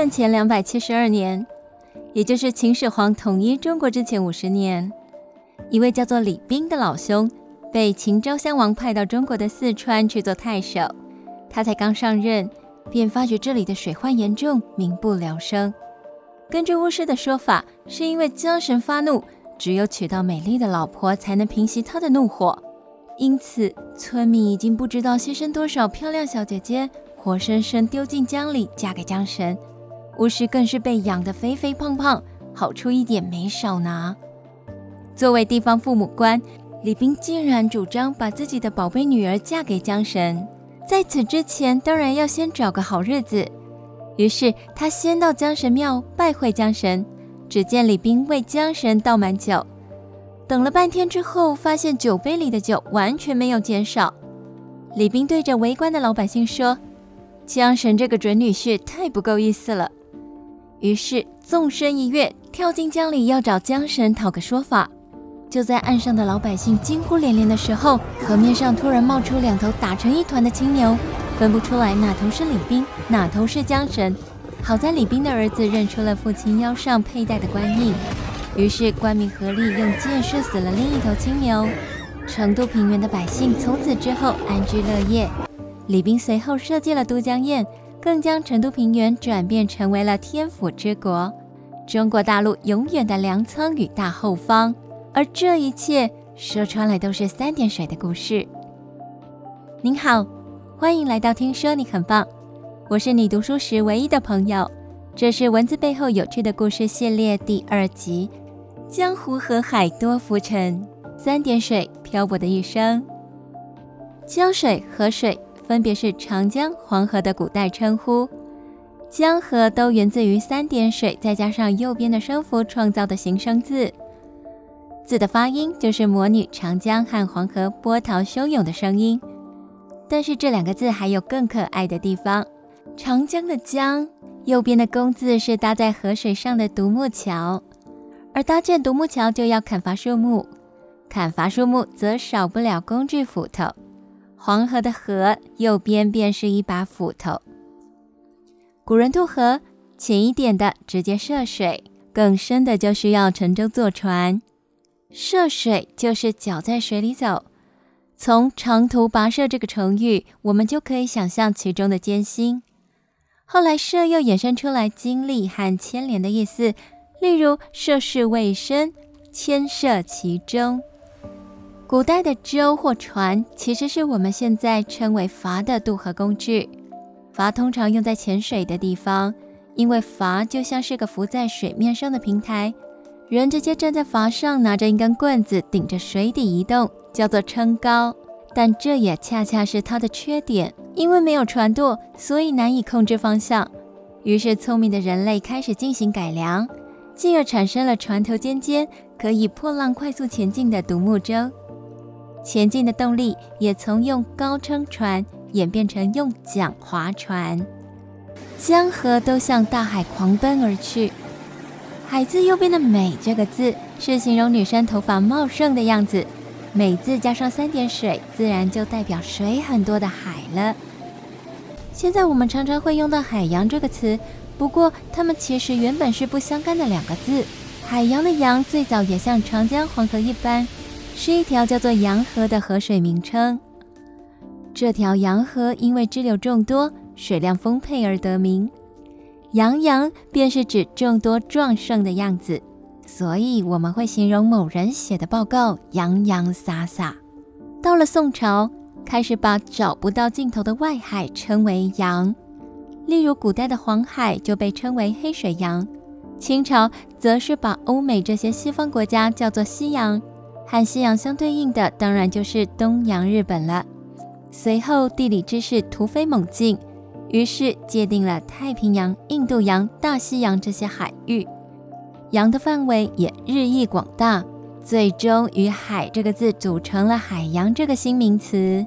汉前272年，也就是秦始皇统一中国之前50年，一位叫做李冰的老兄被秦昭襄王派到中国的四川去做太守。他才刚上任，便发觉这里的水患严重，民不聊生。根据巫师的说法，是因为江神发怒，只有娶到美丽的老婆才能平息他的怒火。因此，村民已经不知道牺牲多少漂亮小姐姐，活生生丢进江里嫁给江神。巫师更是被养得肥肥胖胖，好处一点没少拿。作为地方父母官，李冰竟然主张把自己的宝贝女儿嫁给江神。在此之前，当然要先找个好日子。于是他先到江神庙拜会江神，只见李冰为江神倒满酒，等了半天之后，发现酒杯里的酒完全没有减少。李冰对着围观的老百姓说：“江神这个准女婿太不够意思了。”于是纵身一跃，跳进江里要找江神讨个说法。就在岸上的老百姓惊呼连连的时候，河面上突然冒出2头打成一团的青牛，分不出来哪头是李冰，哪头是江神。好在李冰的儿子认出了父亲腰上佩戴的官印，于是官民合力用箭射死了另一头青牛。成都平原的百姓从此之后安居乐业。李冰随后设计了都江堰，更将成都平原转变成为了天府之国，中国大陆永远的粮仓与大后方。而这一切说穿了都是3点水的故事。您好，欢迎来到听说你很棒，我是你读书时唯一的朋友。这是文字背后有趣的故事系列第2集，江湖河海多浮沉，3点水漂泊的一生。江水、河水分别是长江、黄河的古代称呼，江河都源自于3点水再加上右边的声符创造的形声字。字的发音就是模拟长江和黄河波涛汹涌的声音，但是这2个字还有更可爱的地方。长江的江，右边的工字是搭在河水上的独木桥，而搭建独木桥就要砍伐树木，砍伐树木则少不了工具斧头。黄河的河，右边便是一把斧头。古人渡河，浅一点的直接涉水，更深的就需要乘舟坐船。涉水就是脚在水里走，从长途跋涉这个成语，我们就可以想象其中的艰辛。后来涉又衍生出来经历和牵连的意思，例如涉世未深，牵涉其中。古代的舟或船其实是我们现在称为筏的渡河工具。筏通常用在浅水的地方，因为筏就像是个浮在水面上的平台，人直接站在筏上，拿着一根棍子顶着水底移动，叫做撑高。但这也恰恰是它的缺点，因为没有船舵，所以难以控制方向。于是聪明的人类开始进行改良，进而产生了船头尖尖，可以破浪快速前进的独木舟。前进的动力也从用高撑船演变成用桨划船。江河都向大海狂奔而去。海字右边的美这个字是形容女生头发茂盛的样子，美字加上3点水，自然就代表水很多的海了。现在我们常常会用到海洋这个词，不过它们其实原本是不相干的2个字。海洋的洋最早也像长江、黄河一般，是一条叫做洋河的河水名称。这条洋河因为支流众多，水量丰沛而得名。洋洋便是指众多壮盛的样子，所以我们会形容某人写的报告洋洋洒洒。到了宋朝，开始把找不到尽头的外海称为洋，例如古代的黄海就被称为黑水洋。清朝则是把欧美这些西方国家叫做西洋，和西洋相对应的当然就是东洋日本了。随后地理知识突飞猛进，于是界定了太平洋、印度洋、大西洋这些海域，洋的范围也日益广大，最终与海这个字组成了海洋这个新名词。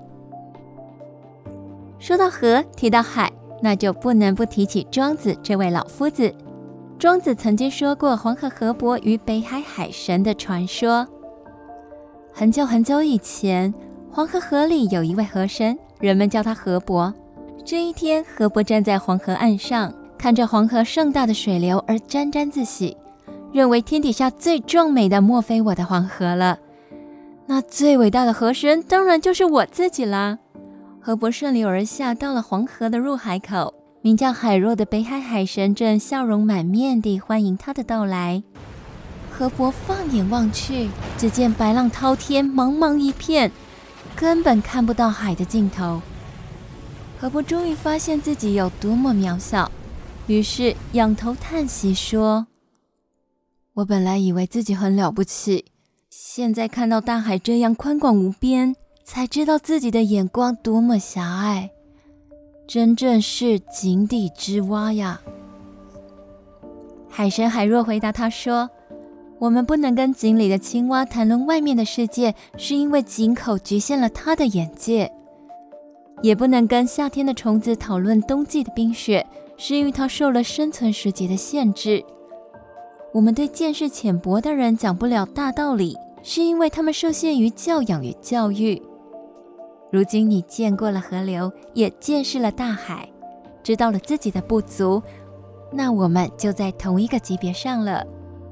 说到河，提到海，那就不能不提起庄子这位老夫子。庄子曾经说过黄河河伯与北海海神的传说。很久很久以前，黄河河里有一位河神，人们叫他河伯。这一天，河伯站在黄河岸上， 看着黄河盛大的水流而沾沾自喜，认为天底下最壮美的莫非我的黄河了。那最伟大的河神当然就是我自己啦。河伯顺流而下，到了黄河的入海口，名叫海若的北海海神正笑容满面地欢迎他的到来。河伯放眼望去，只见白浪滔天，茫茫一片，根本看不到海的尽头。河伯终于发现自己有多么渺小，于是仰头叹息说：我本来以为自己很了不起，现在看到大海这样宽广无边，才知道自己的眼光多么狭隘，真正是井底之蛙呀。海神海若回答他说：我们不能跟井里的青蛙谈论外面的世界，是因为井口局限了他的眼界；也不能跟夏天的虫子讨论冬季的冰雪，是因为它受了生存时节的限制。我们对见识浅薄的人讲不了大道理，是因为他们受限于教养与教育。如今你见过了河流，也见识了大海，知道了自己的不足，那我们就在同一个级别上了。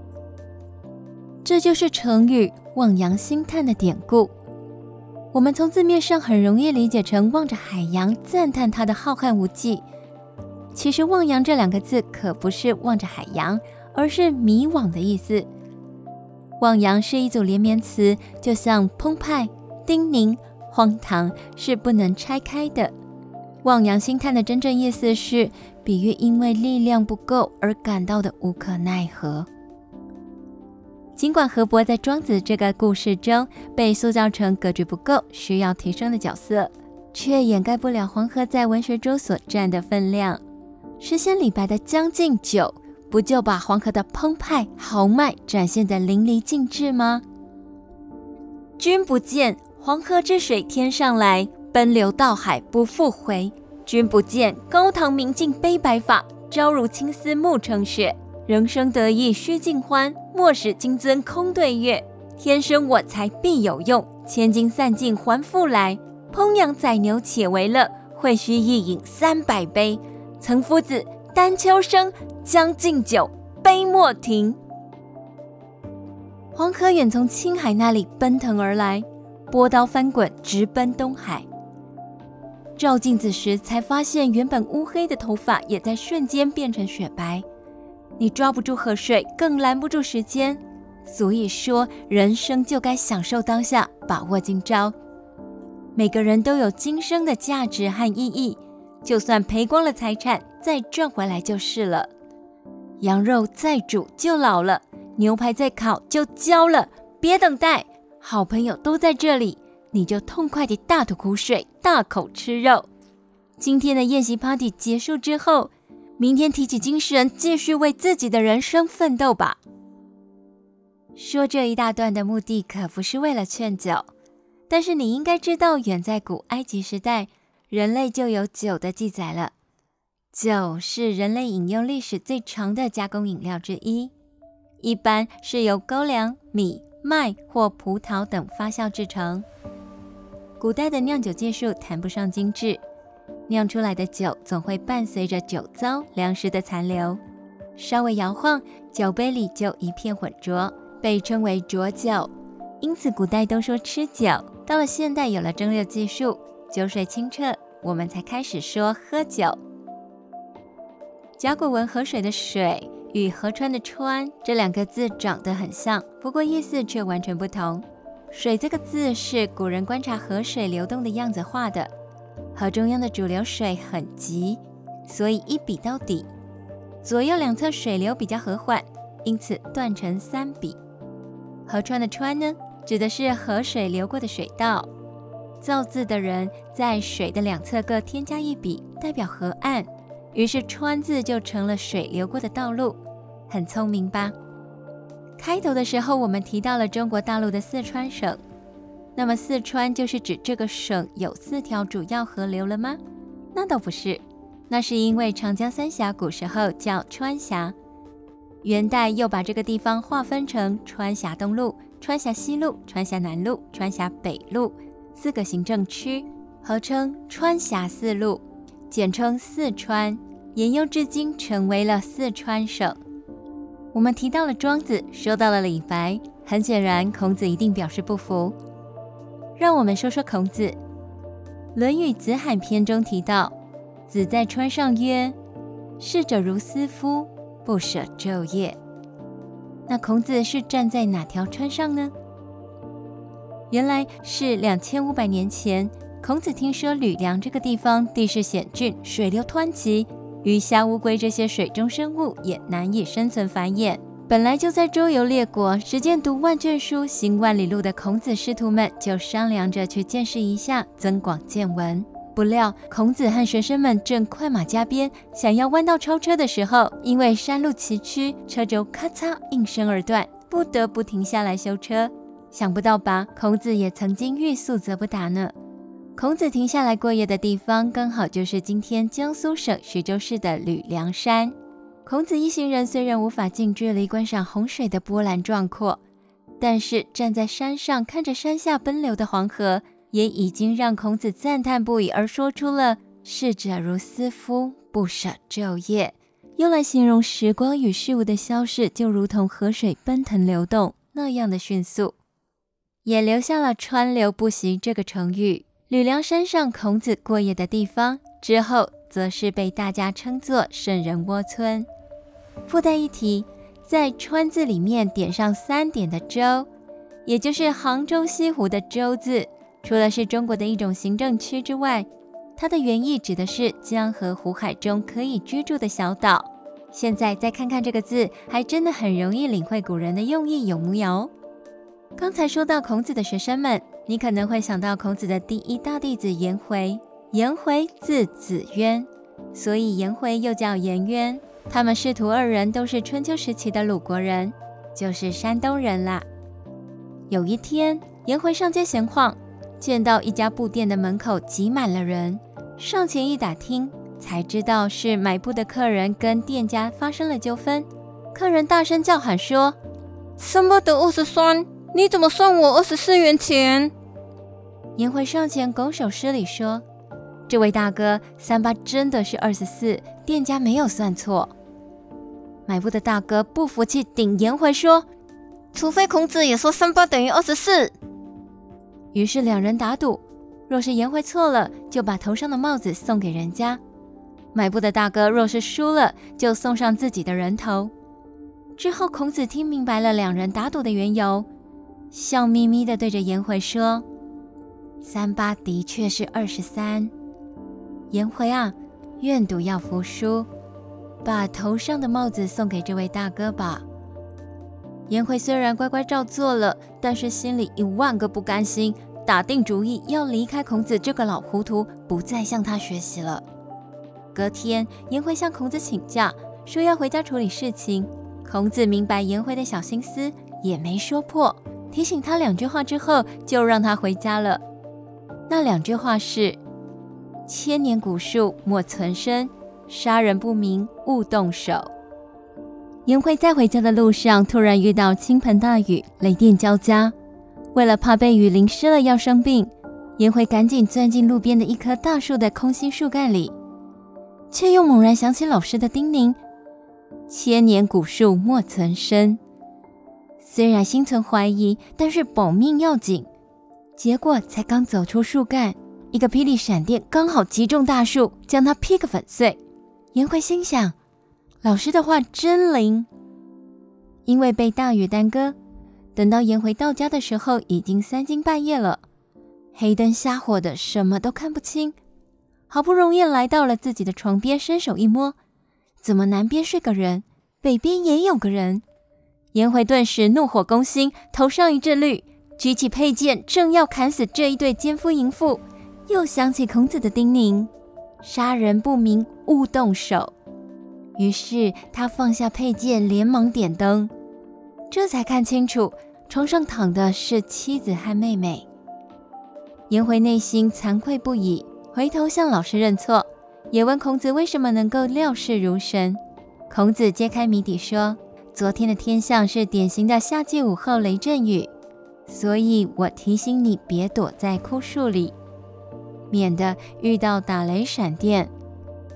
这就是成语望洋兴叹的典故。我们从字面上很容易理解成望着海洋赞叹它的浩瀚无际，其实望洋这两个字可不是望着海洋，而是迷惘的意思。望洋是一组连绵词，就像澎湃、叮咛、荒唐，是不能拆开的。望洋兴叹的真正意思是比喻因为力量不够而感到的无可奈何。尽管河伯在庄子这个故事中被塑造成格局不够、需要提升的角色，却掩盖不了黄河在文学中所占的分量。诗仙李白的《将进酒》不就把黄河的澎湃豪迈展现得淋漓尽致吗？君不见，黄河之水天上来，奔流到海不复回。君不见，高堂明镜悲白发，朝如青丝暮成雪。人生得意须尽欢，莫使金樽空对月。天生我材必有用，千金散尽还复来。烹羊宰牛且为乐，会须一饮300杯。岑夫子，丹丘生，将进酒，杯莫停。黄河远从青海那里奔腾而来，波涛翻滚，直奔东海。照镜子时才发现，原本乌黑的头发也在瞬间变成雪白。你抓不住河水，更拦不住时间。所以说，人生就该享受当下，把握今朝。每个人都有今生的价值和意义，就算赔光了财产，再赚回来就是了。羊肉再煮就老了，牛排再烤就焦了。别等待，好朋友都在这里，你就痛快地大吐苦水，大口吃肉。今天的宴席 party 结束之后，明天提起精神，继续为自己的人生奋斗吧。说这一大段的目的可不是为了劝酒，但是你应该知道，远在古埃及时代，人类就有酒的记载了。酒是人类饮用历史最长的加工饮料之一，一般是由高粱、米、麦或葡萄等发酵制成。古代的酿酒技术谈不上精致，酿出来的酒总会伴随着酒糟、粮食的残留，稍微摇晃，酒杯里就一片浑浊，被称为浊酒。因此古代都说吃酒，到了现代有了蒸馏技术，酒水清澈，我们才开始说喝酒。甲骨文河水的水与河川的川这两个字长得很像，不过意思却完全不同。水这个字是古人观察河水流动的样子画的，河中央的主流水很急，所以一笔到底，左右两侧水流比较和缓，因此断成3笔。河川的川呢，指的是河水流过的水道。造字的人在水的两侧各添加一笔，代表河岸，于是川字就成了水流过的道路，很聪明吧？开头的时候我们提到了中国大陆的四川省，那么四川就是指这个省有4条主要河流了吗？那倒不是，那是因为长江三峡古时候叫川峡，元代又把这个地方划分成川峡东路、川峡西路、川峡南路、川峡北路4个行政区，合称川峡4路，简称四川。 沿用至今，成为了四川省。我们提到了庄子，说到了李白，很显然孔子一定表示不服。让我们说说孔子。《论语·子罕篇》中提到，子在川上曰：逝者如斯夫，不舍昼夜。那孔子是站在哪条川上呢？原来是2500年前，孔子听说吕梁这个地方地势险峻，水流湍急，鱼虾乌龟这些水中生物也难以生存繁衍。本来就在周游列国，实践读万卷书，行万里路的孔子师徒们就商量着去见识一下，增广见闻。不料孔子和学生们正快马加鞭，想要弯道超车的时候，因为山路崎岖，车轴咔嚓应声而断，不得不停下来修车。想不到吧，孔子也曾经欲速则不达呢。孔子停下来过夜的地方，刚好就是今天江苏省徐州市的吕梁山。孔子一行人虽然无法近距离观赏洪水的波澜壮阔，但是站在山上看着山下奔流的黄河，也已经让孔子赞叹不已，而说出了逝者如斯夫，不舍昼夜，用来形容时光与事物的消逝就如同河水奔腾流动那样的迅速，也留下了川流不息这个成语。吕梁山上孔子过夜的地方，之后则是被大家称作圣人窝村。附带一提，在川字里面点上3点的州，也就是杭州西湖的州字，除了是中国的一种行政区之外，它的原意指的是江河湖海中可以居住的小岛。现在再看看这个字，还真的很容易领会古人的用意有木有？刚才说到孔子的学生们，你可能会想到孔子的第一大弟子颜回。颜回字子渊，所以颜回又叫颜渊。他们师徒2人都是春秋时期的鲁国人，就是山东人啦。有一天，颜回上街闲晃，见到一家布店的门口挤满了人，上前一打听，才知道是买布的客人跟店家发生了纠纷。客人大声叫喊说：“3八得23，你怎么算我24元钱？”颜回上前拱手施礼说：“这位大哥，3八真的是24，店家没有算错。”买布的大哥不服气，顶颜回说：“除非孔子也说3八等于24。”于是2人打赌，若是颜回错了，就把头上的帽子送给人家；买布的大哥若是输了，就送上自己的人头。之后孔子听明白了2人打赌的缘由，笑眯眯地对着颜回说：“3八的确是23。颜回啊，愿赌要服输，把头上的帽子送给这位大哥吧。”颜回虽然乖乖照做了，但是心里10000个不甘心，打定主意要离开孔子这个老糊涂，不再向他学习了。隔天，颜回向孔子请假，说要回家处理事情。孔子明白颜回的小心思，也没说破，提醒他2句话之后，就让他回家了。那2句话是：千年古树莫存身，杀人不明勿动手。颜回在回家的路上，突然遇到倾盆大雨，雷电交加。为了怕被雨淋湿了要生病，颜回赶紧钻进路边的一棵大树的空心树干里，却又猛然想起老师的叮咛：千年古树莫存身。虽然心存怀疑，但是保命要紧。结果才刚走出树干，一个霹雳闪电刚好击中大树，将它劈个粉碎。颜回心想，老师的话真灵。因为被大雨耽搁，等到颜回到家的时候，已经3更半夜了，黑灯瞎火的，什么都看不清。好不容易来到了自己的床边，伸手一摸，怎么南边睡个人，北边也有个人？颜回顿时怒火攻心，头上一阵绿，举起佩剑，正要砍死这一对奸夫淫妇，又想起孔子的叮咛：杀人不明勿动手。于是他放下佩剑，连忙点灯，这才看清楚床上躺的是妻子和妹妹。颜回内心惭愧不已，回头向老师认错，也问孔子为什么能够料事如神。孔子揭开谜底说，昨天的天象是典型的夏季午后雷阵雨，所以我提醒你别躲在枯树里，免得遇到打雷闪电。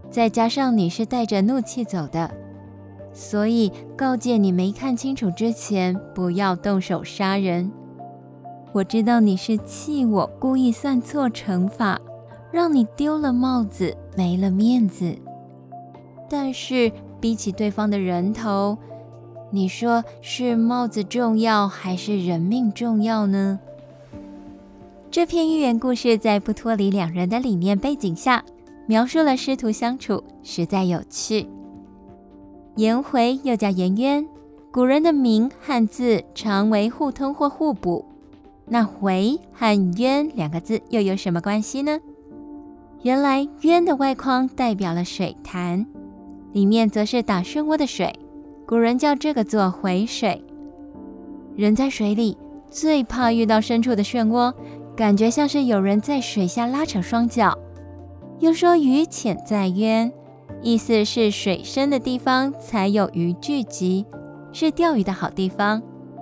再加上你是带着怒气走的，所以告诫你没看清楚之前，不要动手杀人。我知道你是气我故意算错惩罚，让你丢了帽子，没了面子。但是比起对方的人头，你说是帽子重要还是人命重要呢？这篇寓言故事在不脱离两人的理念背景下，描述了师徒相处，实在有趣。颜回又叫颜渊，古人的名汉字常为互通或互补，那回和渊两个字又有什么关系呢？原来渊的外框代表了水潭，里面则是打漩涡的水，古人叫这个做回水。人在水里最怕遇到深处的漩涡，感觉像是有人在水下拉扯双脚。又说鱼潜在渊，意思是水深的地方才有鱼聚集，是钓鱼的好地方。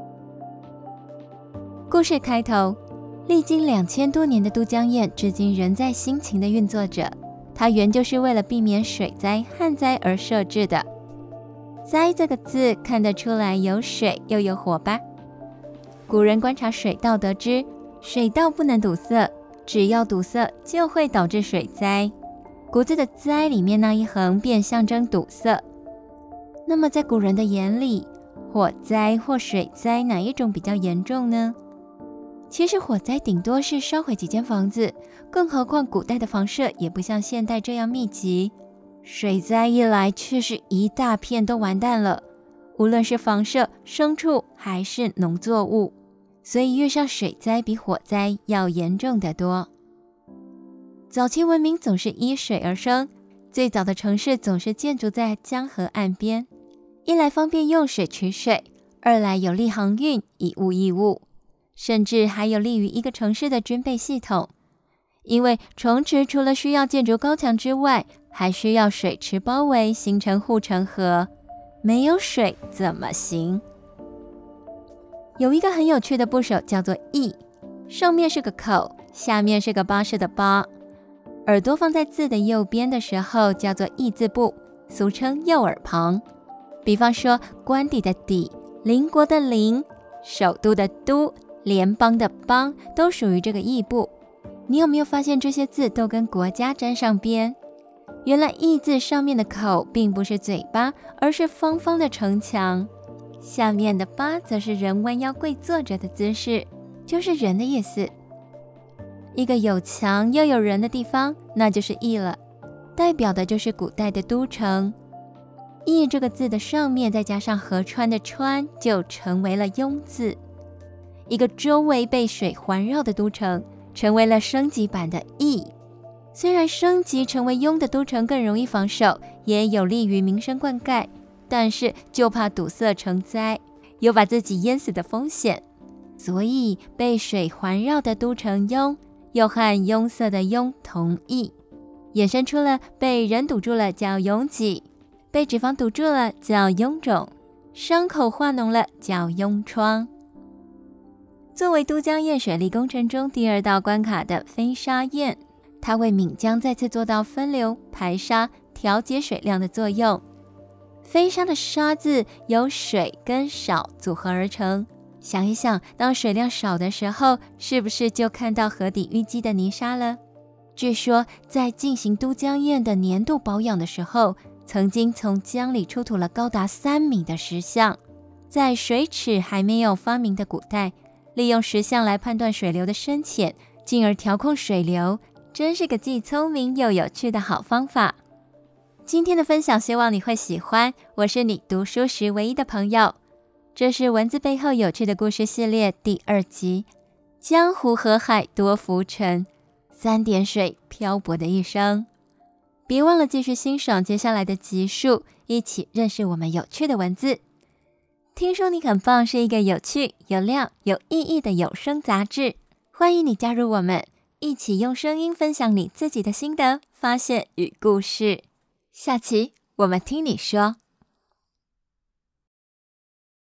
故事开头，历经2000多年的都江堰至今仍在辛勤地运作着，它原就是为了避免水灾旱灾而设置的。灾这个字看得出来有水又有火吧。古人观察水道得知，水道不能堵塞，只要堵塞就会导致水灾。古字的灾里面那一横便象征堵塞。那么在古人的眼里，火灾或水灾哪一种比较严重呢？其实火灾顶多是烧毁几间房子，更何况古代的房舍也不像现代这样密集。水灾一来却是一大片都完蛋了，无论是房舍、牲畜还是农作物，所以遇上水灾比火灾要严重得多。早期文明总是依水而生，最早的城市总是建筑在江河岸边，一来方便用水取水，二来有利航运，以物易物，甚至还有利于一个城市的军备系统。因为城池除了需要建筑高墙之外，还需要水池包围，形成护城河，没有水怎么行？有一个很有趣的部首叫做翼，上面是个口，下面是个巴士的巴，耳朵放在字的右边的时候叫做翼字部，俗称右耳旁。比方说官邸的邸、邻国的邻、首都的都、联邦的邦都属于这个翼部。你有没有发现这些字都跟国家沾上边？原来翼字上面的口并不是嘴巴，而是方方的城墙，下面的巴则是人弯腰跪坐着的姿势，就是人的意思。一个有墙又有人的地方，那就是翼了，代表的就是古代的都城。翼这个字的上面再加上河川的川，就成为了庸字。一个周围被水环绕的都城，成为了升级版的翼。虽然升级成为庸的都城更容易防守，也有利于民生灌溉，但是就怕堵塞成灾，有把自己淹死的风险。所以被水环绕的都城庸，又和庸塞的庸同义，衍生出了被人堵住了叫拥挤，被脂肪堵住了叫臃肿，伤口化脓了叫痈疮。作为都江堰水利工程中第2道关卡的飞沙堰，它为岷江再次做到分流、排沙、调节水量的作用。飞沙的沙字由水跟少组合而成，想一想，当水量少的时候，是不是就看到河底淤积的泥沙了？据说在进行都江堰的年度保养的时候，曾经从江里出土了高达3米的石像。在水尺还没有发明的古代，利用石像来判断水流的深浅，进而调控水流，真是个既聪明又有趣的好方法。今天的分享希望你会喜欢，我是你读书时唯一的朋友。这是文字背后有趣的故事系列第2集，江湖河海多浮沉，3点水漂泊的一生。别忘了继续欣赏接下来的集数，一起认识我们有趣的文字。听说你很棒是一个有趣、有料、有意义的有声杂志，欢迎你加入我们，一起用声音分享你自己的心得、发现与故事。下期我们听你说。